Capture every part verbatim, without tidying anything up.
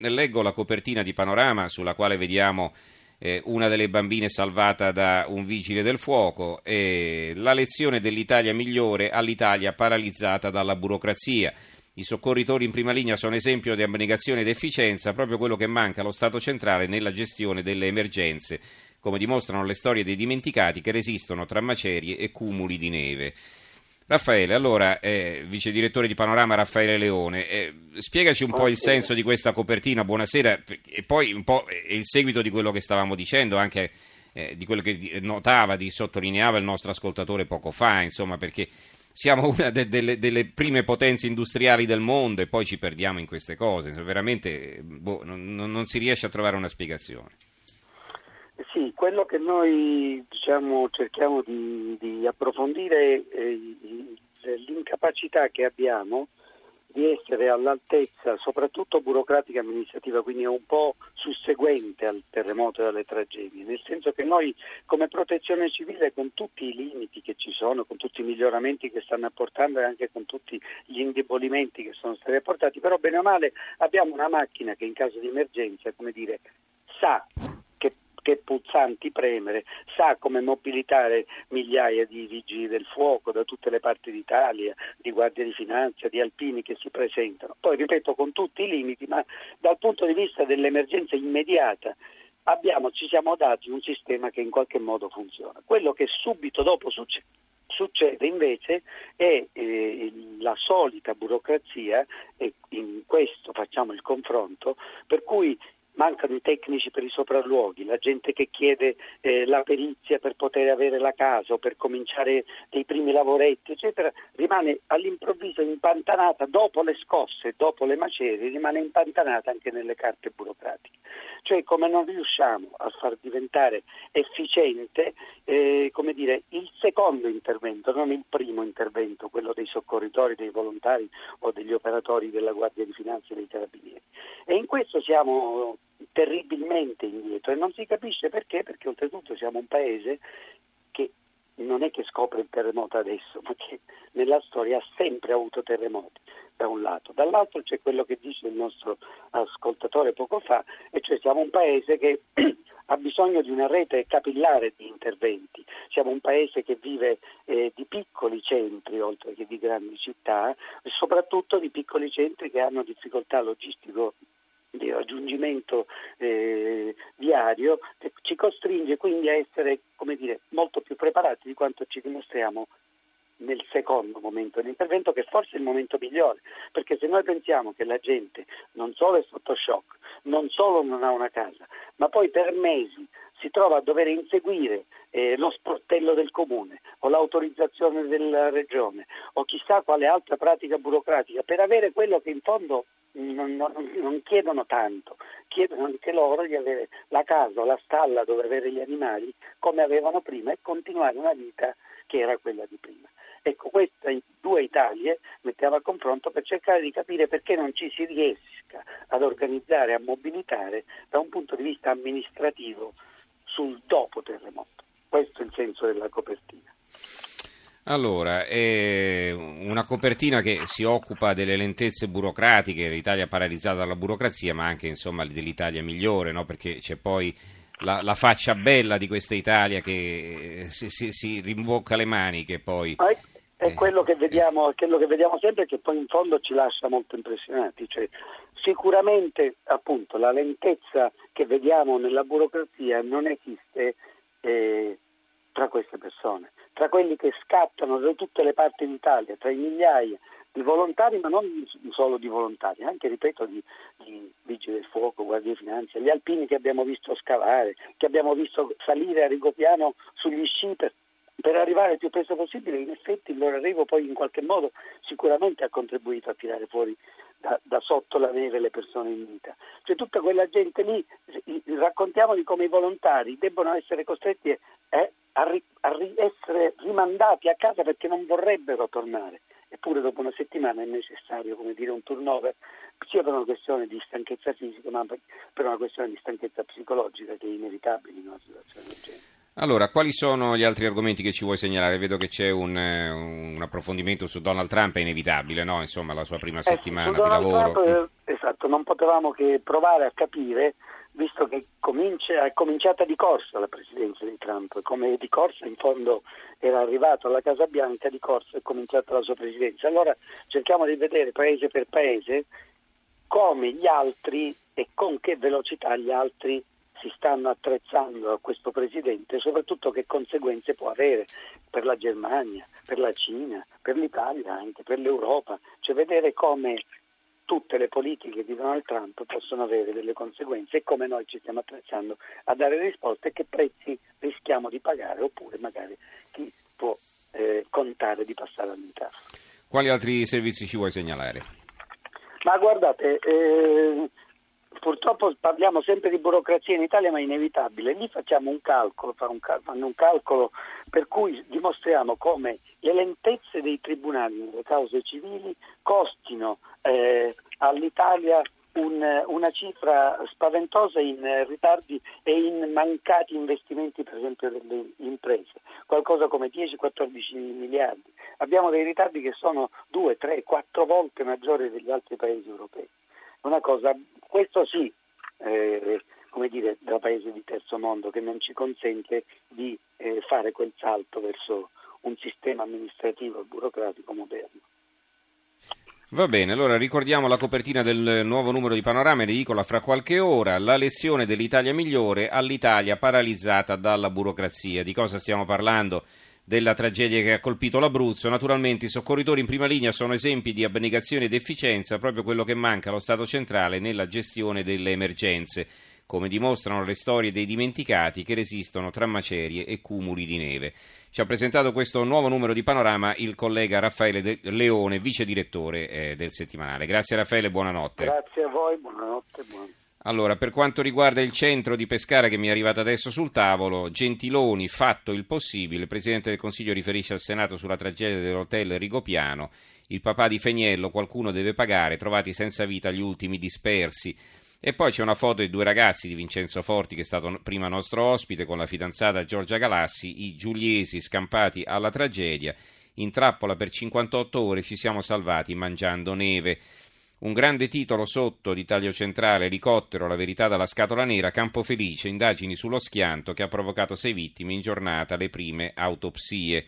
leggo la copertina di Panorama sulla quale vediamo eh, una delle bambine salvata da un vigile del fuoco, e la lezione dell'Italia migliore all'Italia paralizzata dalla burocrazia. I soccorritori in prima linea sono esempio di abnegazione ed efficienza, proprio quello che manca allo Stato centrale nella gestione delle emergenze, come dimostrano le storie dei dimenticati che resistono tra macerie e cumuli di neve. Raffaele, allora, eh, vice direttore di Panorama Raffaele Leone, eh, spiegaci un po' il Buonasera. senso di questa copertina, buonasera, e poi un po' il seguito di quello che stavamo dicendo, anche eh, di quello che notava, di sottolineava il nostro ascoltatore poco fa, insomma, perché siamo una de- delle, delle prime potenze industriali del mondo e poi ci perdiamo in queste cose, veramente boh, non, non si riesce a trovare una spiegazione. Sì, quello che noi diciamo cerchiamo di, di approfondire è l'incapacità che abbiamo di essere all'altezza, soprattutto burocratica e amministrativa, quindi è un po' susseguente al terremoto e alle tragedie, nel senso che noi come protezione civile, con tutti i limiti che ci sono, con tutti i miglioramenti che stanno apportando e anche con tutti gli indebolimenti che sono stati apportati, però bene o male abbiamo una macchina che in caso di emergenza, come dire, sa che che pulsanti premere, sa come mobilitare migliaia di vigili del fuoco da tutte le parti d'Italia, di guardie di finanza, di alpini che si presentano. Poi ripeto, con tutti i limiti, ma dal punto di vista dell'emergenza immediata abbiamo, ci siamo dati un sistema che in qualche modo funziona. Quello che subito dopo succede Succede invece è eh, la solita burocrazia, e in questo facciamo il confronto, per cui mancano i tecnici per i sopralluoghi, la gente che chiede eh, la perizia per poter avere la casa o per cominciare dei primi lavoretti, eccetera, rimane all'improvviso impantanata dopo le scosse, dopo le macerie, rimane impantanata anche nelle carte burocratiche. Cioè, come non riusciamo a far diventare efficiente eh, come dire, il secondo intervento, non il primo intervento, quello dei soccorritori, dei volontari o degli operatori della Guardia di Finanza e dei Carabinieri. E in questo siamo terribilmente indietro e non si capisce perché, perché oltretutto siamo un paese che non è che scopre il terremoto adesso, ma che nella storia ha sempre avuto terremoti, da un lato. Dall'altro c'è quello che dice il nostro ascoltatore poco fa, e cioè siamo un paese che ha bisogno di una rete capillare di interventi. Siamo un paese che vive eh, di piccoli centri oltre che di grandi città, e soprattutto di piccoli centri che hanno difficoltà logistico di raggiungimento eh, diario, che ci costringe quindi a essere, come dire, molto più preparati di quanto ci dimostriamo nel secondo momento dell'intervento, che forse è il momento migliore, perché se noi pensiamo che la gente non solo è sotto shock, non solo non ha una casa, ma poi per mesi si trova a dover inseguire eh, lo sportello del comune o l'autorizzazione della regione o chissà quale altra pratica burocratica per avere quello che in fondo non, non, non chiedono tanto, chiedono anche loro di avere la casa o la stalla dove avere gli animali come avevano prima e continuare una vita che era quella di prima. Ecco, queste due Italie mettiamo a confronto per cercare di capire perché non ci si riesca ad organizzare, a mobilitare da un punto di vista amministrativo sul dopo terremoto. Questo è il senso della copertina. Allora, è una copertina che si occupa delle lentezze burocratiche, l'Italia paralizzata dalla burocrazia, ma anche insomma dell'Italia migliore, no? Perché c'è poi la, la faccia bella di questa Italia che si, si, si rimbocca le maniche poi. Ma è, è Eh, quello che eh. vediamo, quello che vediamo sempre, che poi in fondo ci lascia molto impressionati. Cioè, sicuramente appunto la lentezza che vediamo nella burocrazia non esiste eh, tra queste persone, tra quelli che scattano da tutte le parti d'Italia, tra i migliaia di volontari, ma non solo di volontari, anche, ripeto, di, di vigili del fuoco, guardie di finanza, gli alpini che abbiamo visto scavare, che abbiamo visto salire a rigopiano sugli sci per, per arrivare il più presto possibile. In effetti il loro arrivo poi in qualche modo sicuramente ha contribuito a tirare fuori da, da sotto la neve le persone in vita. Cioè tutta quella gente lì, raccontiamo di come i volontari debbono essere costretti eh, a, ri, a ri, essere rimandati a casa perché non vorrebbero tornare. Eppure dopo una settimana è necessario, come dire, un turnover, sia per una questione di stanchezza fisica, ma per una questione di stanchezza psicologica che è inevitabile in una situazione del genere. Allora, quali sono gli altri argomenti che ci vuoi segnalare? Vedo che c'è un, un approfondimento su Donald Trump, è inevitabile, no? Insomma, la sua prima settimana eh, su di lavoro. Trump, eh, esatto, non potevamo che provare a capire, visto che comincia, è cominciata di corsa la presidenza di Trump, come di corsa in fondo era arrivato alla Casa Bianca, di corsa è cominciata la sua presidenza. Allora cerchiamo di vedere paese per paese come gli altri e con che velocità gli altri si stanno attrezzando a questo presidente, soprattutto che conseguenze può avere per la Germania, per la Cina, per l'Italia, anche per l'Europa, cioè vedere come tutte le politiche di Donald Trump possono avere delle conseguenze e come noi ci stiamo attrezzando a dare risposte e che prezzi rischiamo di pagare, oppure magari chi può eh, contare di passare all'interno. Quali altri servizi ci vuoi segnalare? Ma guardate, eh, purtroppo parliamo sempre di burocrazia in Italia, ma è inevitabile. Lì facciamo un calcolo, fanno un, cal- fanno un calcolo per cui dimostriamo come le lentezze dei tribunali nelle cause civili costino eh, all'Italia un, una cifra spaventosa in ritardi e in mancati investimenti, per esempio delle imprese, qualcosa come dieci quattordici miliardi. Abbiamo dei ritardi che sono due, tre, quattro volte maggiori degli altri paesi europei. Una cosa, questo sì, eh, come dire, da paese di terzo mondo, che non ci consente di eh, fare quel salto verso un sistema amministrativo e burocratico moderno. Va bene, allora ricordiamo la copertina del nuovo numero di Panorama, edicola fra qualche ora, la lezione dell'Italia migliore all'Italia paralizzata dalla burocrazia. Di cosa stiamo parlando? Della tragedia che ha colpito l'Abruzzo. Naturalmente i soccorritori in prima linea sono esempi di abnegazione ed efficienza, proprio quello che manca allo Stato centrale nella gestione delle emergenze, come dimostrano le storie dei dimenticati che resistono tra macerie e cumuli di neve. Ci ha presentato questo nuovo numero di Panorama il collega Raffaele De Leone, vice direttore eh, del settimanale. Grazie Raffaele, buonanotte. Grazie a voi, buonanotte. buonanotte. Allora, per quanto riguarda il centro di Pescara che mi è arrivato adesso sul tavolo, Gentiloni, fatto il possibile, il Presidente del Consiglio riferisce al Senato sulla tragedia dell'hotel Rigopiano, il papà di Feniello, qualcuno deve pagare, trovati senza vita gli ultimi dispersi. E poi c'è una foto dei due ragazzi di Vincenzo Forti, che è stato prima nostro ospite, con la fidanzata Giorgia Galassi, i giuliesi scampati alla tragedia, in trappola per cinquantotto ore ci siamo salvati mangiando neve. Un grande titolo sotto di Taglio Centrale, elicottero, la verità dalla scatola nera, Campofelice, indagini sullo schianto che ha provocato sei vittime in giornata, le prime autopsie.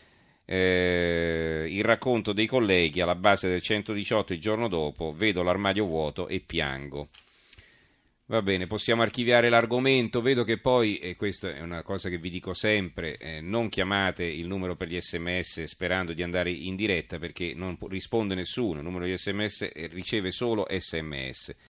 Eh, il racconto dei colleghi alla base del centodiciotto il giorno dopo, vedo l'armadio vuoto e piango. Va bene, possiamo archiviare l'argomento. Vedo che poi, e questa è una cosa che vi dico sempre, eh, non chiamate il numero per gli sms sperando di andare in diretta, perché non risponde nessuno, il numero di sms riceve solo sms.